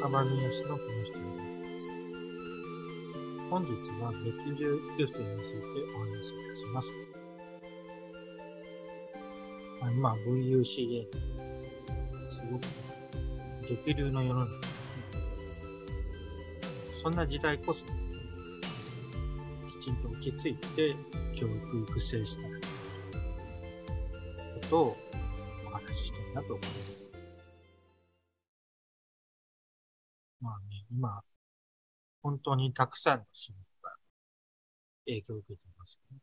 カバニア氏のこの人になります。本日は激流流星についてお話しいたします。今 VUCA すごく激流の世の中ですね。そんな時代こそきちんと落ち着いて教育育成したいことをお話ししたいなと思います。今本当にたくさんの市民が影響を受けていますよ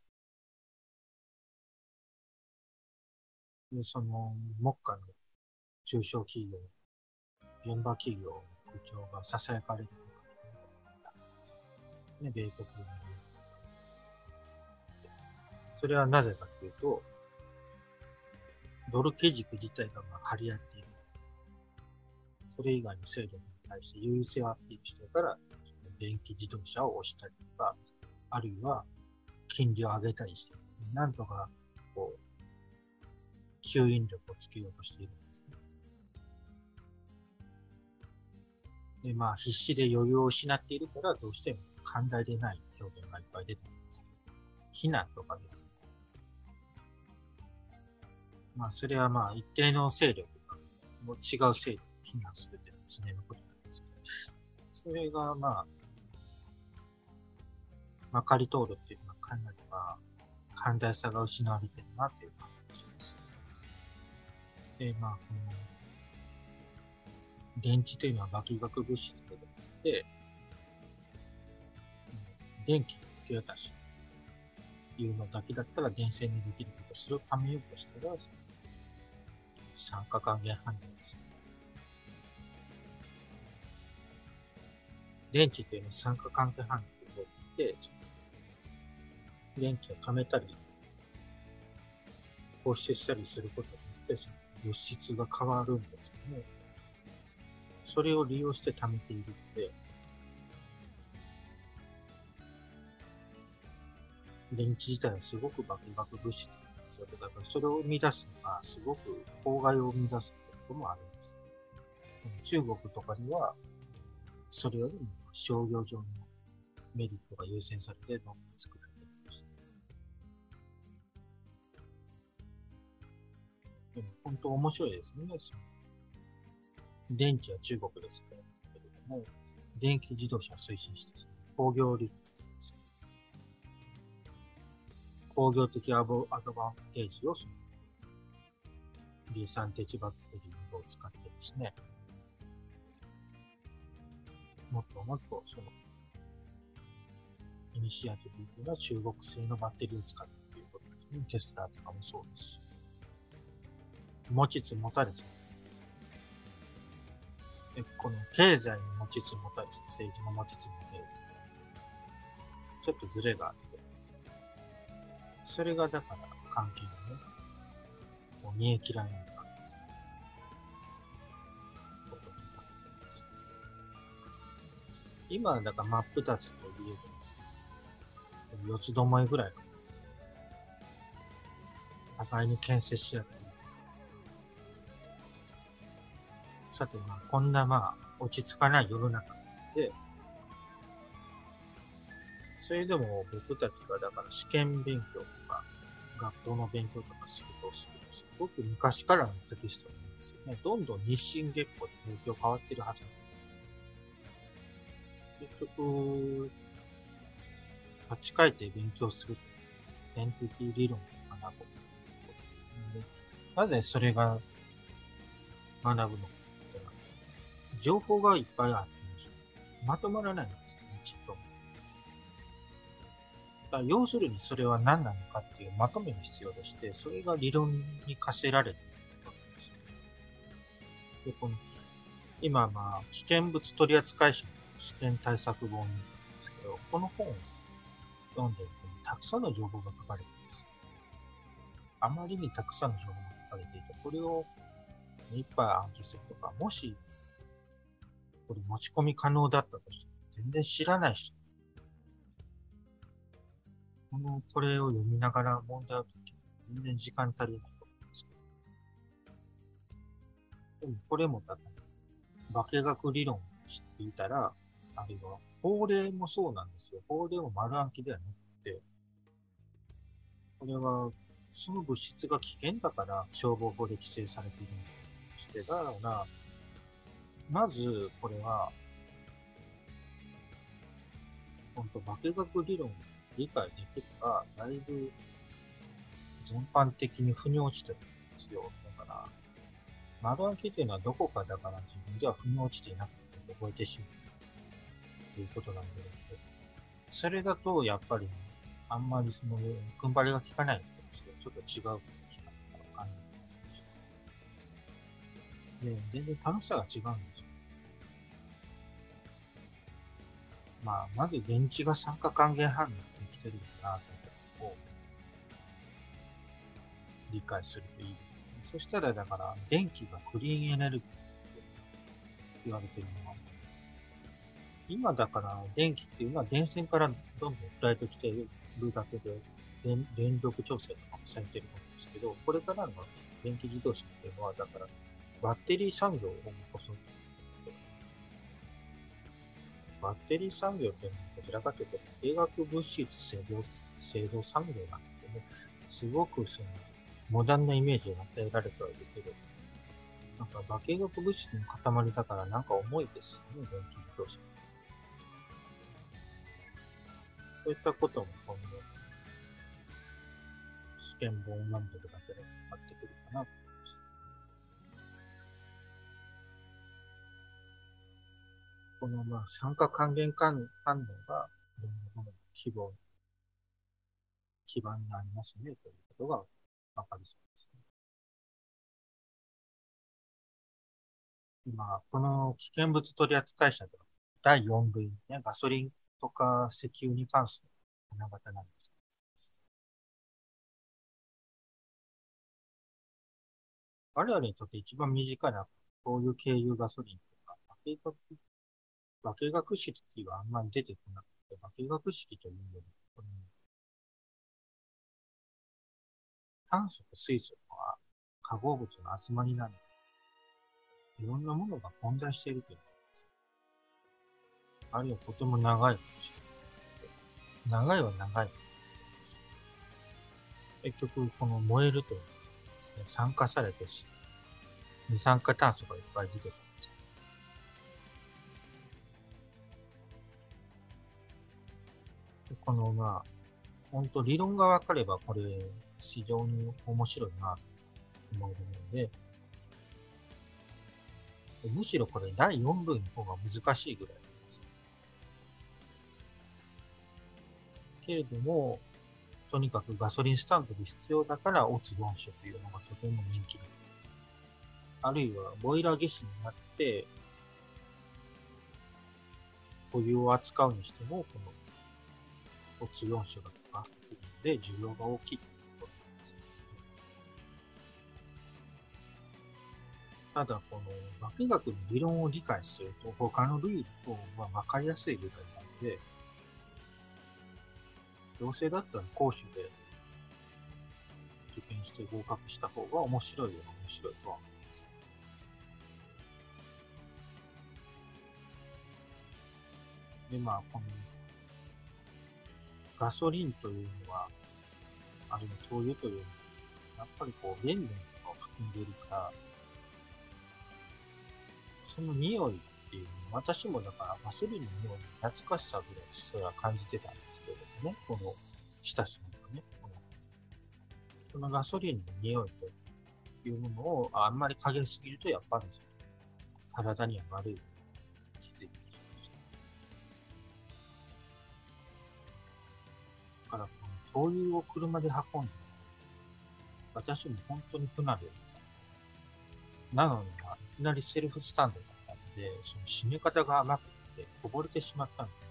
ね。で、その目下の中小企業、現場企業の苦境が囁かれるね、米国の。それはなぜかというと、ドル基軸自体が張り合っている。それ以外の勢力に対して優位性をアピールしてから、電気自動車を押したりとか、あるいは金利を上げたりして、なんとかこう吸引力をつけようとしているんですね。で、必死で余裕を失っているから、どうしても寛大でない表現がいっぱい出てきます。非難とかです。それは一定の勢力がもう違う勢力を非難するというのは常のことなんですけど、それがまかり通るっていうのはかなり寛大さが失われてるなっていう感じです。で、この電池というのは化学物質が出てきて、電気の受け渡しというのだけだったら電線にできるけど、それをためようとしたら、酸化還元反応です。電池というのは酸化還元反応といって、電気を溜めたり、放出したりすることによって、物質が変わるんですよね。それを利用して溜めているので、電気自体はすごく化学物質なんですよ。だからそれを生み出すのがすごく公害を生み出すこともあるんです。中国とかでは、それよりも商業上のメリットが優先されてどんどん作られていました。でも本当面白いですね。電池は中国ですけれども、電気自動車を推進して工業利益です。工業的アドバンテージをリサンテージバッテリーを使ってですね、もっともっとイニシアチブが中国製のバッテリーを使ってということですね。テスラとかもそうですし。持ちつ持たれつ。この経済の持ちつ持たれつと政治の持ちつ持たれつ。ちょっとズレがあって、それがだから関係がね、もう見え切らないわけですね。今だから真っ二つといえば、四つどもえぐらい互いに牽制し合っている。さてこんな落ち着かない世の中で、それでも僕たちがだから試験勉強とか学校の勉強とかするとすごく昔からのテキストなんですよね。どんどん日進月歩で勉強変わってるはず。結局、立ち返って勉強する点的理論かなと。なぜそれが学ぶのか。情報がいっぱいあってまとまらないんですよね、ちっと。要するにそれは何なのかっていうまとめが必要でして、それが理論に課せられているわけですよ。で、今危険物取扱者の試験対策本ですけど、この本を読んでるとたくさんの情報が書かれています。あまりにたくさんの情報が書かれていて、これをいっぱい暗記するとか、もしこれ持ち込み可能だったとして、全然知らない人、これを読みながら問題を解く全然時間足りないと思うんですけど。でもこれもだから、化学理論を知っていたら、あるいは法令もそうなんですよ。法令も丸暗記ではなくて、これはその物質が危険だから消防法で規制されているんとして、だから、まずこれは、本当化学理論を理解できれば、だいぶ全般的に腑に落ちてるんですよ。だから、丸暗記というのはどこかだから自分では腑に落ちていなくて覚えてしまうということなんで、それだとやっぱり、あんまりその、踏ん張りが効かないとして、ちょっと違うこときた感じで、全然楽しさが違うんですよ。まあ、まず電池が酸化還元反応できてるんだなということを理解するといいですね。そしたら、だから、電気がクリーンエネルギーって言われてるのは、今だから電気っていうのは電線からどんどん送られてきているだけで、電力調整とかもされてるんですけど、これからの電気自動車っていうのは、だから、バッテリー産業を起こす。バッテリー産業っていうのは、どちらかというと、化学物質製造産業なんでね、すごくその、モダンなイメージが与えられてはいるけど、なんか化学物質の塊だからなんか重いですよね、電気自動車。そういったことも今後、試験本を読んでるだけで分かってくるかなと。この酸化還元反応がいろんなものの基盤になりますねということが分かりそうですね。今、この危険物取扱者では第4類、ね、ガソリンとか石油に関する花形なんです。我々にとって一番身近なこういう軽油ガソリンとか、化学式はあんまり出てこなくて、化学式というより、この炭素と水素は化合物の集まりなので、いろんなものが混在しているということです。あるいはとても長いかもしれない。長いは長い。結局、この燃えるというのはですね、酸化されて二酸化炭素がいっぱい出てくるんですよ。でこの本当理論が分かればこれ非常に面白いなと思うので、むしろこれ第4類の方が難しいぐらいです。けれども、とにかくガソリンスタンドで必要だからオツ4種というのがとても人気だ。あるいはボイラー技師になってお湯を扱うにしても、このオツ4種がかかってくるので需要が大きいということなんですね。ただ、この化学の理論を理解すると、他の類とは分かりやすいぐらいなので、どうせだったら講習で受験して合格した方が面白いような面白いとは思います。で、このガソリンというのは、あるいは灯油というのは、やっぱりこう、塩分とかを含んでいるから、その匂いっていうのは、私もだからガソリンの匂いに懐かしさぐらいすら感じてたんですけれどもね、この親しみとね、このガソリンの匂いというものをあんまり嗅ぎすぎると、やっぱり体には悪い気づいてしまいました。だから、この灯油を車で運んで、私も本当に不慣れなのに、いきなりセルフスタンドだったので、その締め方が甘くて、こぼれてしまったんです。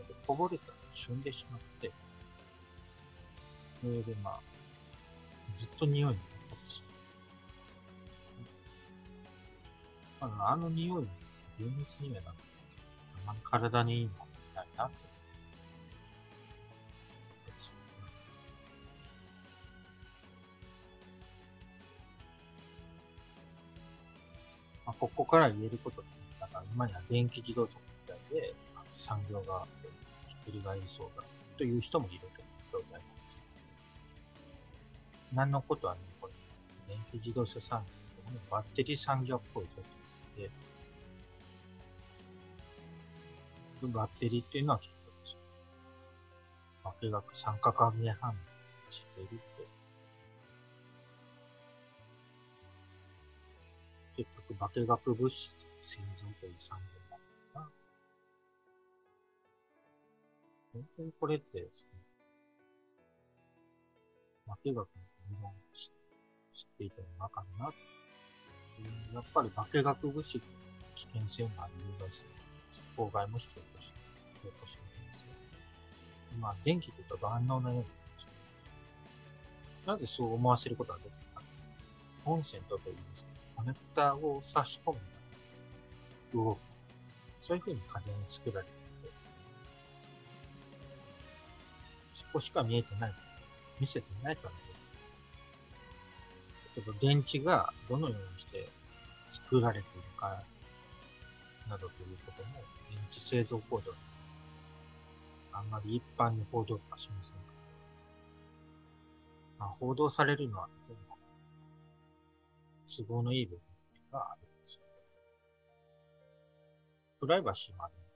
でこぼれたら旬でしまって、それでずっと匂いに残ってしまう。あの匂いに、厳密にはなんか、あんまり体にいいものないなと思ってしまう。ここから言えることって、だから今には電気自動車みたいで産業がひっくり返りそうだという人もいるという状態なんです。何のことはね、これ、電気自動車産業のバッテリー産業っぽい状態で、バッテリーっていうのは結局ですよ。化学酸化還元反応をしているって、結局化学物質の製造という産業なんだな。本当にこれってですね、化学の理論を知っていてもわかるな。やっぱり化学物質の危険性のある有害性、妨害も必要としていますよ。まあ、電気というと万能なようになりました。なぜそう思わせることができるか。コンセントといいますか、コネクタを差し込む動く。そういうふうに家電に作られていて、そこしか見えてない、見せてないからね。例えば電池がどのようにして作られているかなどということも電池製造工場にあんまり一般に報道化しませんが、まあ、報道されるのはとても都合のいい部分があるんですよ。プライバシーもある。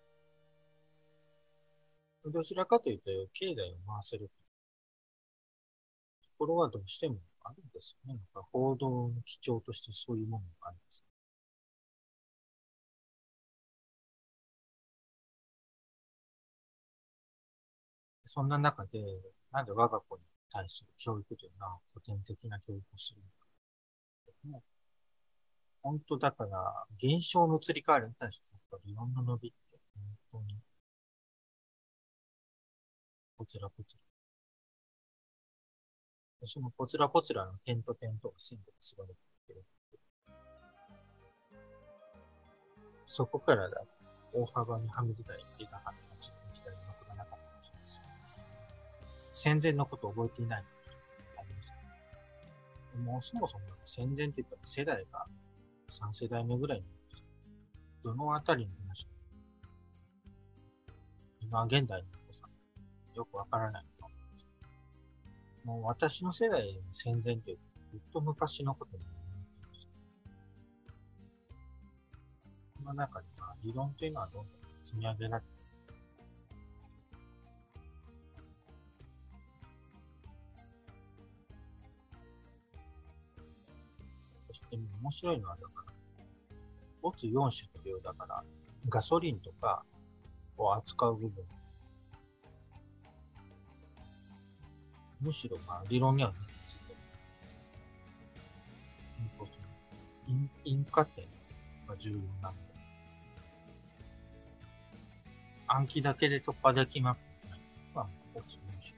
どちらかというと経済を回せるところはどうしてもあるんですよね。なんか報道の基調としてそういうものがあるんです。そんな中で、なんで我が子に対する教育というのは古典的な教育をするのか。本当だから、現象の移り変わりに対して、やっぱりいろんな伸びって、本当に、こちらこちら。そのこちらこちらの点と点とが線で結ばれている。そこからだ、大幅にはみ出たりが発達の時代の幕がなかったかもしれないです。戦前のことを覚えていない人あります。もうそもそも戦前って言ったら世代が3世代目ぐらいになるんです。どのあたりの話か、今現代のお子さん、よくわからないと思うんです。もう私の世代の戦前というと、ずっと昔のことに思っていました。その中には理論というのはどんどん積み上げられて、そして面白いのはだから、オツ4種というだから、ガソリンとかを扱う部分、むしろまあ理論には身についてる。因果点が重要なので、暗記だけで突破できまくないのがオツ4種。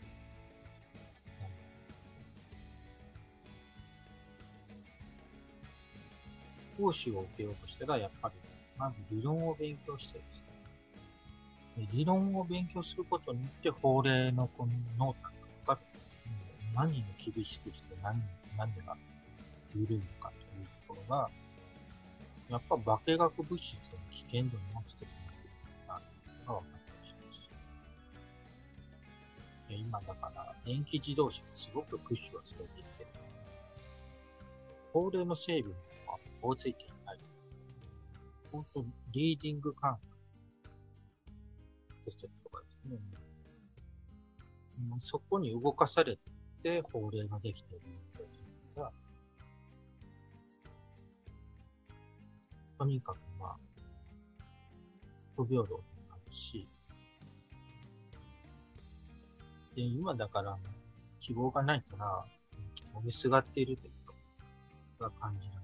講師を受けようとしたら、やっぱり、まず理論を勉強してですね。理論を勉強することによって、法令のこの濃淡が分かるんですね。何を厳しくして何が緩いのかというところが、やっぱ化学物質の危険度に落ちてくるなというのが分かったりします。今だから、電気自動車がすごくプッシュがされていて、法令の整備も追いついていない。本当にリーディング感覚テストとかですね。そこに動かされて法令ができているというのが、とにかくまあ、不平等になるし、で、今だから希望がないから、もみすがっているということが感じられる。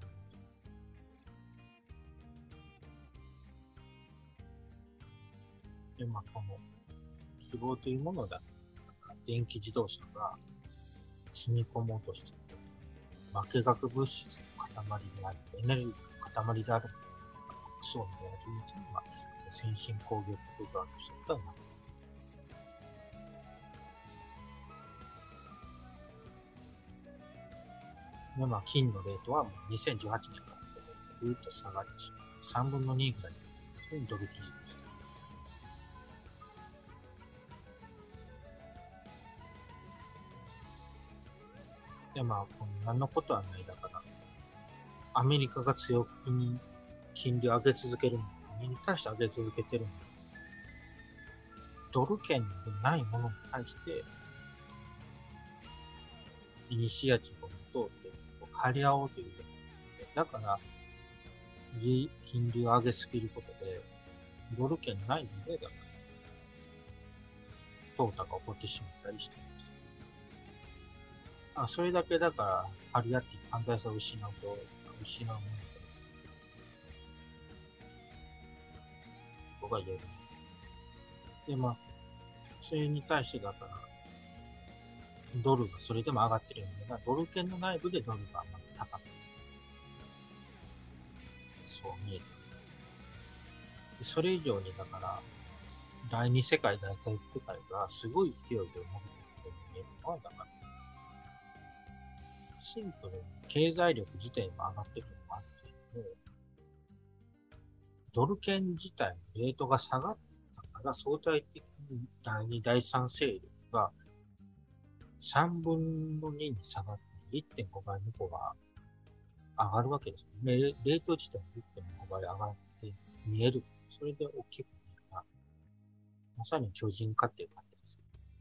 で、まあ、この希望というものだから、電気自動車が積み込もうとしている化学物質の塊である、エネルギーの塊である、そうみたいな気持ちに、まあ、先進工業国側としてはなってで、まあ、金のレートはもう2018年からぐーっと下がってしまう。3分の2ぐらいそれにドル記事でした。で、まあ、何のことはないだから、アメリカが強気に金利を上げ続けるのに対して上げ続けてるのに、ドル圏でないものに対して、イニシアチブを通って張り合おうということで、だから、金利を上げすぎることで、ドル圏ないので、だから、淘汰が起こってしまったりしています。それだけだから、張り合って反対さを失うものとが言える。で、まあ、それに対してだから、ドルがそれでも上がってるんだが、ドル圏の内部でドルがあんまり高くそう見える。それ以上にだから、第二世界、第三世界がすごい勢いで伸びている見えるのは、だから、シンプルに経済力自体も上がってるのもあって、ドル圏自体のレートが下がったから相対的に第二、第三勢力が3分の2に下がって1.5倍の方が上がるわけですよね。レート自体も1.5倍上がって見える。それで大きく見えるな。まさに巨人化っていう感じです。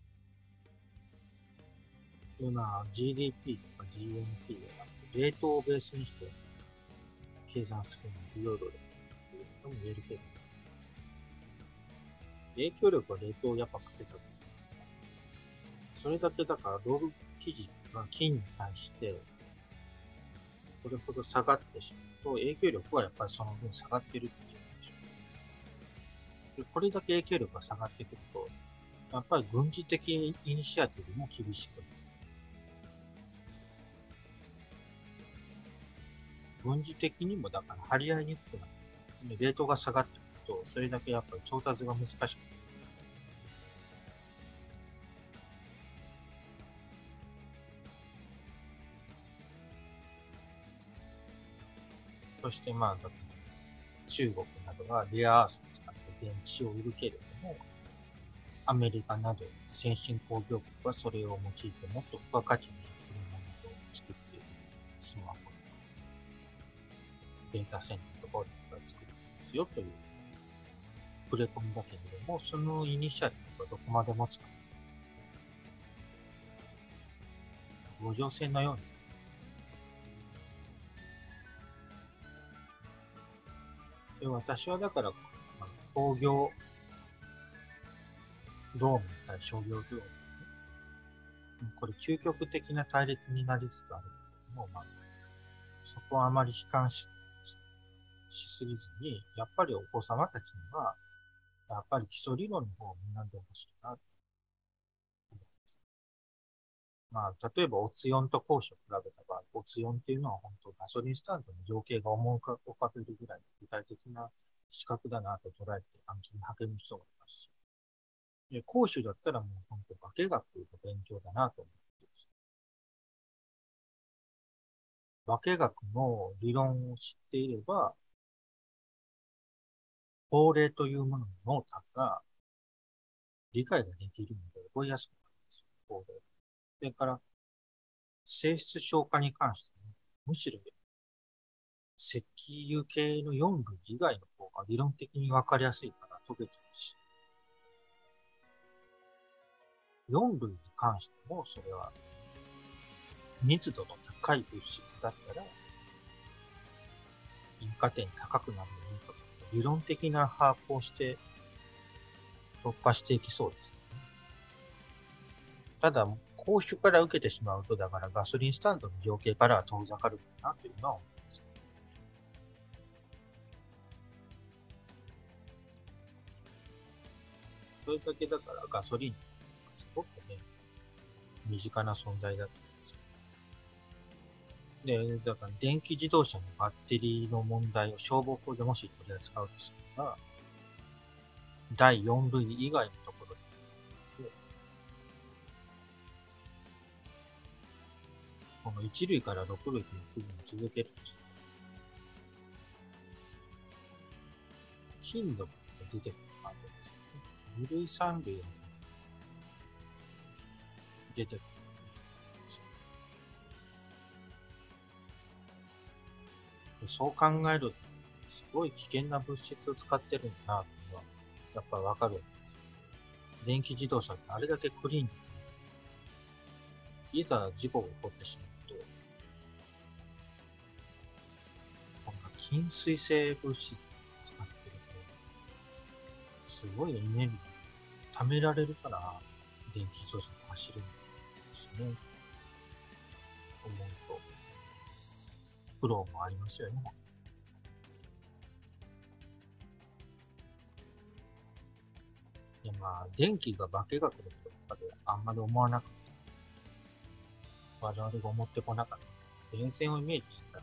今、GDP とか GNP ではなくて、レートをベースにして計算するのにいろいろということも言えるけど、影響力はレートをやっぱかけたと。それだけだからドル記事が金に対してこれほど下がってしまうと、影響力はやっぱりその分下がってるっていうでしょう。でこれだけ影響力が下がってくると、やっぱり軍事的イニシアティブも厳しくなる。軍事的にもだから張り合いにくくなる。レートが下がってくると、それだけやっぱり調達が難しくなる。そしてまあ、中国などはレアアースを使って電池を売るけれども、アメリカなど先進工業国はそれを用いてもっと付加価値にするものを作っている。スマホとかデータセンターとかを作っていますよという触れ込みだけれども、そのイニシアティブはどこまで持つか。五条線のように。で私はだから、工業同盟対商業同盟、これ究極的な対立になりつつあるけども、そこはあまり悲観しすぎずに、やっぱりお子様たちには、やっぱり基礎理論の方を学んでほしいなと思います。例えば、オツヨンと光子を比べた場合、オツヨンっていうのは本当ガソリンスタンドの情景が思い浮かべるぐらい具体的な資格だなと捉えて暗記に励む人がいますし、光子だったらもう本当化学の勉強だなと思っています。化学の理論を知っていれば、法令というものの濃淡が理解ができるので覚えやすくなるんですよ、法令。それから、性質消化に関しても、むしろ石油系の4類以外の方が理論的に分かりやすいから解けてるし、4類に関してもそれは密度の高い物質だったら、引火点高くなるよねとか、理論的な把握をして突破していきそうです、ね。ただ、公主から受けてしまうと、だからガソリンスタンドの情景からは遠ざかるかなというのは思います。それだけだからガソリンすごくね、身近な存在だったんですよ。で、だから電気自動車のバッテリーの問題を消防法でもし取り扱うとすれば、第4類以外のところで、この1類から6類という区分を続けるとして、 金属が出てくるわけですよね。二類三類が出てくるんです。そう考えると、すごい危険な物質を使ってるんだなっていうのは、やっぱりわかるんです。電気自動車ってあれだけクリーンで、いざ事故が起こってしまうと、こんな禁水性物質を使ってると、すごいエネルギー貯められるから、電気自動車が走るんですね。思うと、苦労もありますよね。で、電気が化学のこととかであんまり思わなくて、我々が思ってこなかった。電線をイメージしてたら、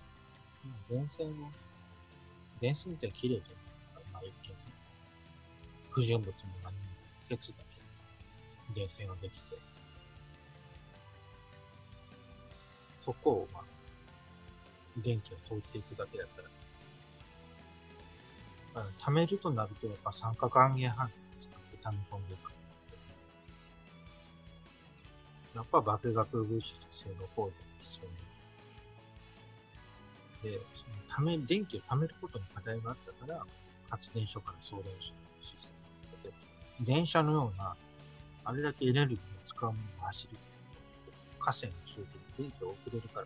電線って綺麗じゃないですか、一見。不純物も何も、鉄だけ電線ができて、そこを、電気が通っていくだけだったら、貯めるとなると、やっぱ酸化還元反応を使って溜め込んでいく。やっぱ化学物質性の行為ですよね。で、電気を貯めることに課題があったから、発電所から送電所のシステムで、電車のような、あれだけエネルギーを使うものが走ると、河川を通じて電気を送れるから、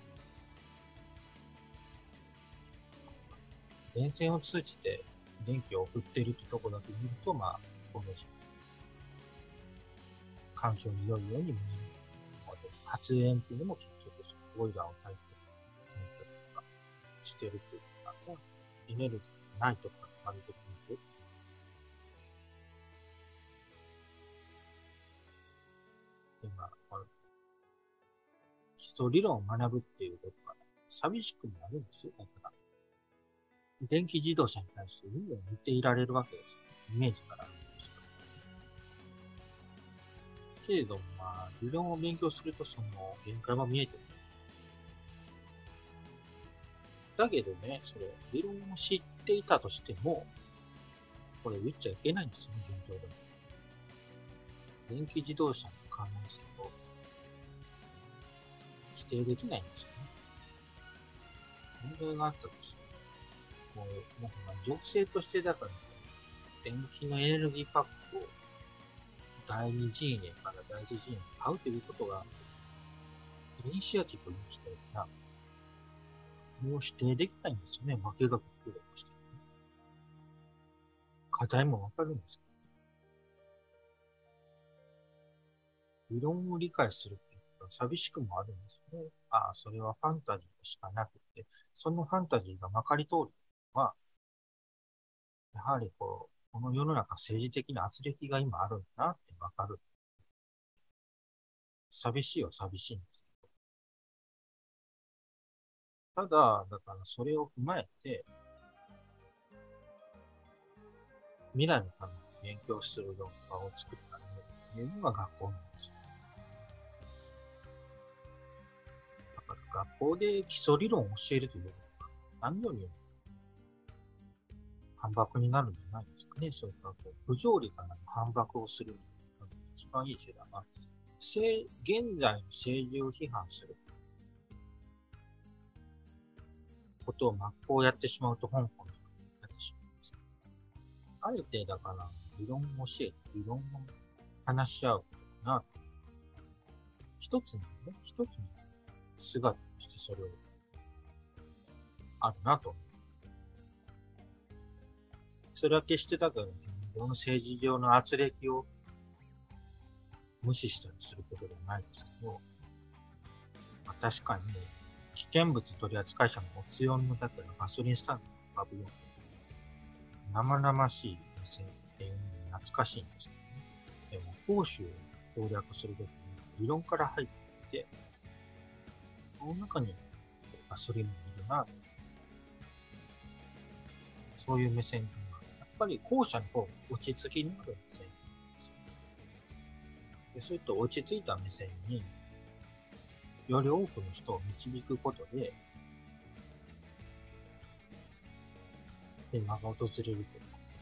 電線を通じて電気を送っているというところだけ見ると、この環境に良いように見えるので、発電っていうのも結局、ボイラーを焚いて、とかしてるというか、エネルギーがないところがあるときに、基礎理論を学ぶっていうことが寂しくもあるんですよ。だから電気自動車に対して見ていられるわけですよ。イメージからあるんですけれども、理論を勉強するとその限界は見えてる。だけどね、それ、理論を知っていたとしても、これ言っちゃいけないんですよね、現状でも。電気自動車の可能性を否定できないんですよね。問題があったとしても、情勢としてだから、電気のエネルギーパックを第二陣営から第一陣営に買うということが、イニシアチブにしてるから、もう否定できないんですよね、化学工学として。課題もわかるんですけど、理論を理解するっていうことは寂しくもあるんですよね。それはファンタジーしかなくて、そのファンタジーがまかり通るのは、やはりこの世の中政治的な圧力が今あるんだなってわかる。寂しいは寂しいんですけど。ただ、だからそれを踏まえて、未来のために勉強する場を作るためにいうのが学校なんですよ。だから学校で基礎理論を教えるというのは何よりも反駁になるんじゃないですかね。それから不条理からの反駁をするのが一番いい手段は、現在の政治を批判することを真っ向やってしまうと香港になってしまうんです。あえてだから理論を教えて、理論を話し合うことが、一つの姿としてそれをあるなと。それは決してだから、この政治上の圧力を無視したりすることではないですけど、確かに、危険物取扱者のお強みのだけのガソリンスタンドの浮かぶような生々しい目線っていうのに懐かしいんですけどね。でも、公衆を攻略するときに理論から入って、その中にガソリンもいるな、そういう目線が、やっぱり後者の方が落ち着きのある目線で、そういった落ち着いた目線に、より多くの人を導くことで、平和が訪れると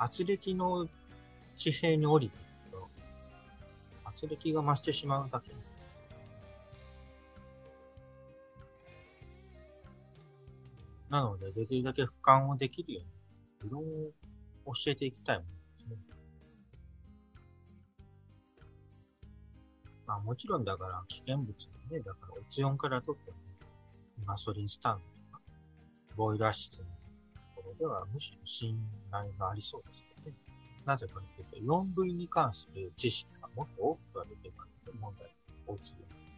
圧力の地平に降りていくと、圧力が増してしまうだけ。なので、できるだけ俯瞰をできるように、理論を教えていきたいものですね。まあもちろんだから危険物ね、だからオツ4から取っても、ガソリンスタンドとか、ボイラー室のところではむしろ信頼がありそうですけどね。なぜかというと、4V に関する知識がもっと多くあるというか、問題を打つよ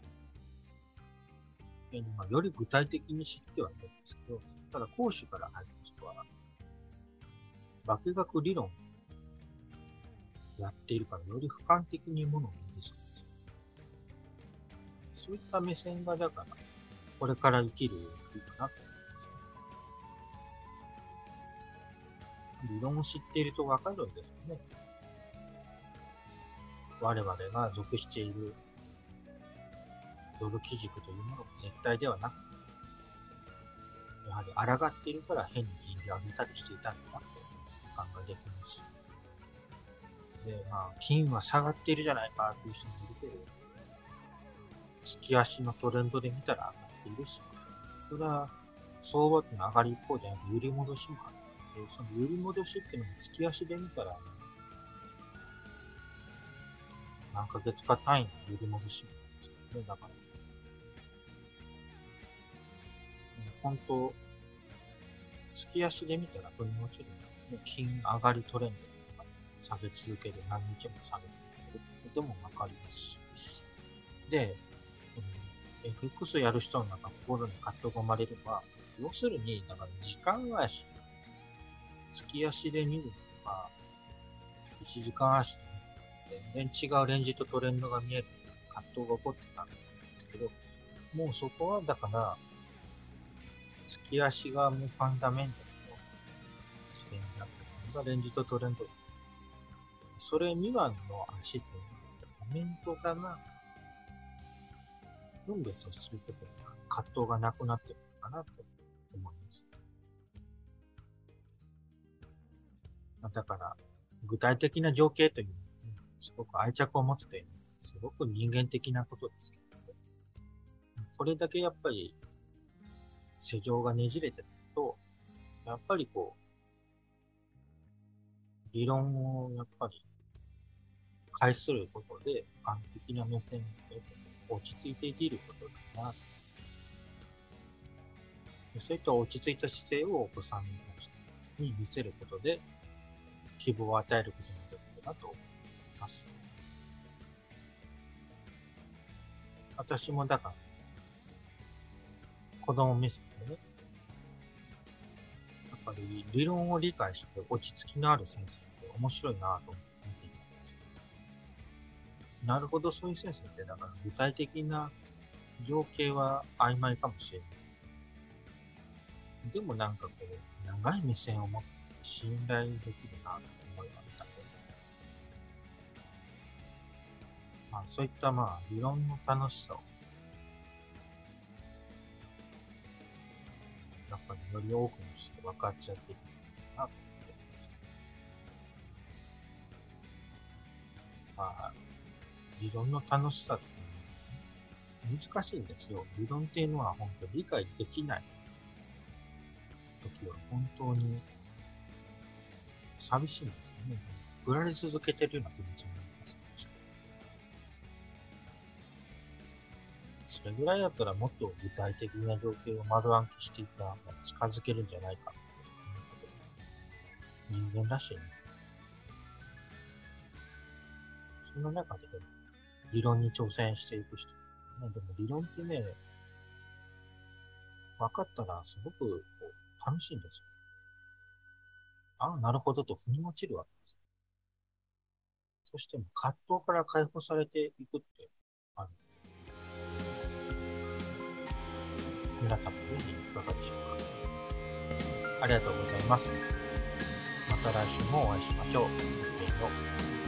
うに。より具体的に知ってはいるんですけど、ただ講師から入る人は、化学理論をやっているから、より俯瞰的にものを見るそうです。そういった目線が、だから、これから生きるいいかなと思いますね。理論を知っているとわかるんですよね。我々が属しているドル基軸というものが絶対ではなく、やはり抗っているから変に金利を上げたりしていたんだなと考えできます。で、まあ、金は下がっているじゃないかという人もいるけど、月足のトレンドで見たら上がっているし、それは相場っていうのは上がり一方じゃなくて、揺り戻しもあって、その揺り戻しっていうのも月足で見たら、何ヶ月か単位の揺り戻しもあるんですよね。だから、本当、月足で見たら腑に落ちるので、金上がりトレンドが下げ続ける、何日も下げ続けるでもわかりますし。で、FX やる人の中、心に葛藤が生まれれば、要するに、だから時間足、月足で見るのか、1時間足で見る全然違うレンジとトレンドが見える葛藤が起こってたんですけど、もうそこはだから、月足がもうファンダメンタルの視点になっているのがレンジとトレンド。それ未満の足というのは、コメントかな、分別をすることが葛藤がなくなっているのかなと思います。だから、具体的な情景というのは、すごく愛着を持つというのは、すごく人間的なことですけど、これだけやっぱり、世情がねじれてると、やっぱりこう、理論をやっぱり、介することで、俯瞰的な目線で落ち着いていることだな。そういった落ち着いた姿勢をお子さんに見せることで、希望を与えることができるなと思います。私もだから、子供目線でね、やっぱり理論を理解して落ち着きのある先生って面白いなと思って見ていたんですよ。なるほど、そういう先生って、だから具体的な情景は曖昧かもしれない。でもなんかこう、長い目線を持って信頼できるなと思いましたね。まあそういったまあ理論の楽しさを、やっぱりより多くの人と分かっちゃっていくなと思ってます。まあ、理論の楽しさっていうのは難しいんですよ。理論っていうのは本当に理解できない時は本当に寂しいんですよね。振られ続けてるような気持ちになります。それぐらいだったらもっと具体的な情景を丸暗記していったら近づけるんじゃないかということで、人間らしいね。その中で理論に挑戦していく人。でも理論ってね、分かったらすごく楽しいんですよ。ああ、なるほどと腑に落ちるわけです。そして葛藤から解放されていくってあるんです。皆さんもぜひいかがでしょうか。ありがとうございます。また来週もお会いしましょう。ごきげんよう。